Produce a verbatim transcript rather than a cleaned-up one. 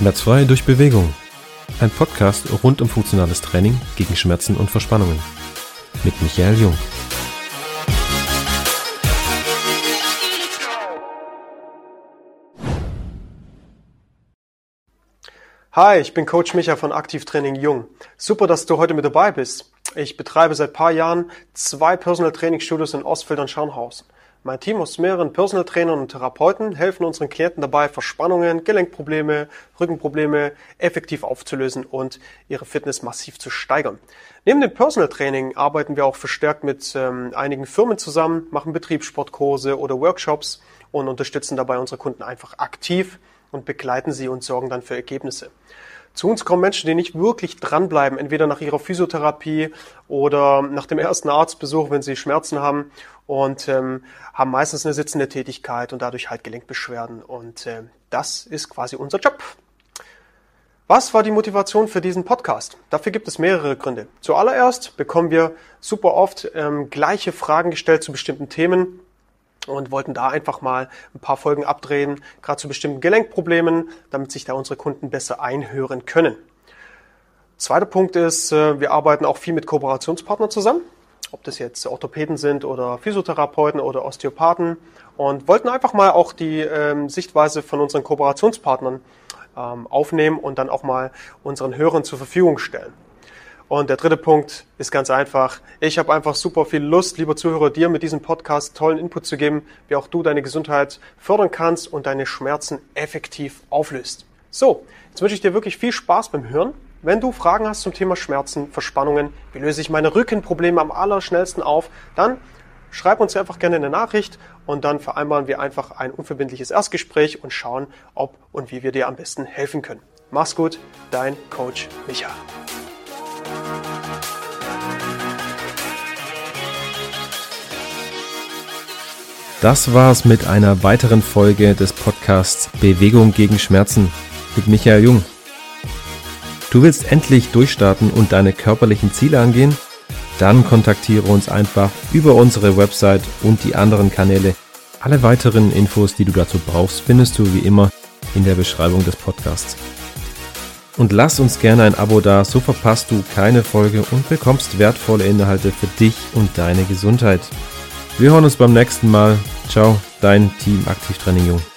Schmerzfrei durch Bewegung. Ein Podcast rund um funktionales Training gegen Schmerzen und Verspannungen. Mit Michael Jung. Hi, ich bin Coach Micha von Aktivtraining Jung. Super, dass du heute mit dabei bist. Ich betreibe seit ein paar Jahren zwei Personal Training Studios in Ostfeld und Scharnhausen. Mein Team aus mehreren Personal Trainern und Therapeuten helfen unseren Klienten dabei, Verspannungen, Gelenkprobleme, Rückenprobleme effektiv aufzulösen und ihre Fitness massiv zu steigern. Neben dem Personal Training arbeiten wir auch verstärkt mit ähm, einigen Firmen zusammen, machen Betriebssportkurse oder Workshops und unterstützen dabei unsere Kunden einfach aktiv und begleiten sie und sorgen dann für Ergebnisse. Zu uns kommen Menschen, die nicht wirklich dranbleiben, entweder nach ihrer Physiotherapie oder nach dem ersten Arztbesuch, wenn sie Schmerzen haben und ähm, haben meistens eine sitzende Tätigkeit und dadurch halt Gelenkbeschwerden. Und äh, das ist quasi unser Job. Was war die Motivation für diesen Podcast? Dafür gibt es mehrere Gründe. Zuallererst bekommen wir super oft ähm, gleiche Fragen gestellt zu bestimmten Themen und wollten da einfach mal ein paar Folgen abdrehen, gerade zu bestimmten Gelenkproblemen, damit sich da unsere Kunden besser einhören können. Zweiter Punkt ist, wir arbeiten auch viel mit Kooperationspartnern zusammen, ob das jetzt Orthopäden sind oder Physiotherapeuten oder Osteopathen, und wollten einfach mal auch die ähm, Sichtweise von unseren Kooperationspartnern ähm, aufnehmen und dann auch mal unseren Hörern zur Verfügung stellen. Und der dritte Punkt ist ganz einfach. Ich habe einfach super viel Lust, lieber Zuhörer, dir mit diesem Podcast tollen Input zu geben, wie auch du deine Gesundheit fördern kannst und deine Schmerzen effektiv auflöst. So, jetzt wünsche ich dir wirklich viel Spaß beim Hören. Wenn du Fragen hast zum Thema Schmerzen, Verspannungen, wie löse ich meine Rückenprobleme am allerschnellsten auf, dann schreib uns einfach gerne eine Nachricht und dann vereinbaren wir einfach ein unverbindliches Erstgespräch und schauen, ob und wie wir dir am besten helfen können. Mach's gut, dein Coach Micha. Das war's mit einer weiteren Folge des Podcasts Bewegung gegen Schmerzen mit Michael Jung. Du willst endlich durchstarten und deine körperlichen Ziele angehen? Dann kontaktiere uns einfach über unsere Website und die anderen Kanäle. Alle weiteren Infos, die du dazu brauchst, findest du wie immer in der Beschreibung des Podcasts. Und lass uns gerne ein Abo da, so verpasst du keine Folge und bekommst wertvolle Inhalte für dich und deine Gesundheit. Wir hören uns beim nächsten Mal. Ciao, dein Team Aktivtraining Jung.